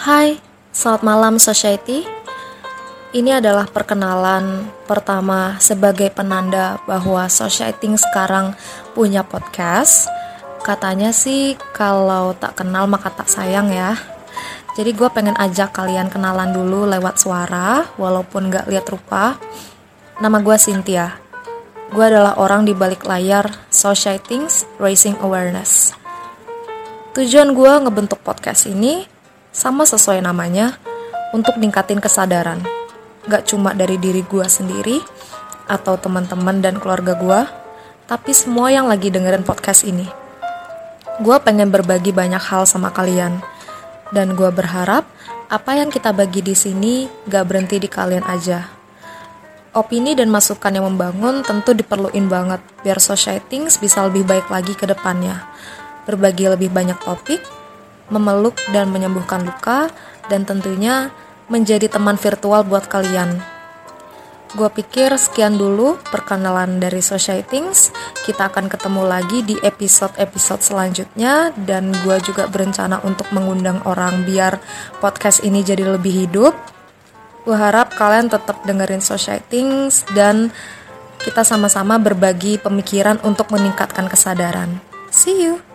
Hai, selamat malam Society. Ini adalah perkenalan pertama sebagai penanda bahwa Society sekarang punya podcast. Katanya sih kalau tak kenal maka tak sayang ya. Jadi gue pengen ajak kalian kenalan dulu lewat suara, walaupun gak lihat rupa. Nama gue Cynthia. Gue adalah orang di balik layar Society Raising Awareness. Tujuan gue ngebentuk podcast ini sama sesuai namanya, untuk ningkatin kesadaran. Gak cuma dari diri gue sendiri, atau teman-teman dan keluarga gue, tapi semua yang lagi dengerin podcast ini. Gue pengen berbagi banyak hal sama kalian, dan gue berharap apa yang kita bagi di sini gak berhenti di kalian aja. Opini dan masukan yang membangun tentu diperluin banget, biar Society bisa lebih baik lagi ke depannya. Berbagi lebih banyak topik, memeluk dan menyembuhkan luka, dan tentunya menjadi teman virtual buat kalian. Gue pikir sekian dulu perkenalan dari Society. Kita akan ketemu lagi di episode-episode selanjutnya, dan gue juga berencana untuk mengundang orang biar podcast ini jadi lebih hidup. Gue harap kalian tetap dengerin Society dan kita sama-sama berbagi pemikiran untuk meningkatkan kesadaran. See you!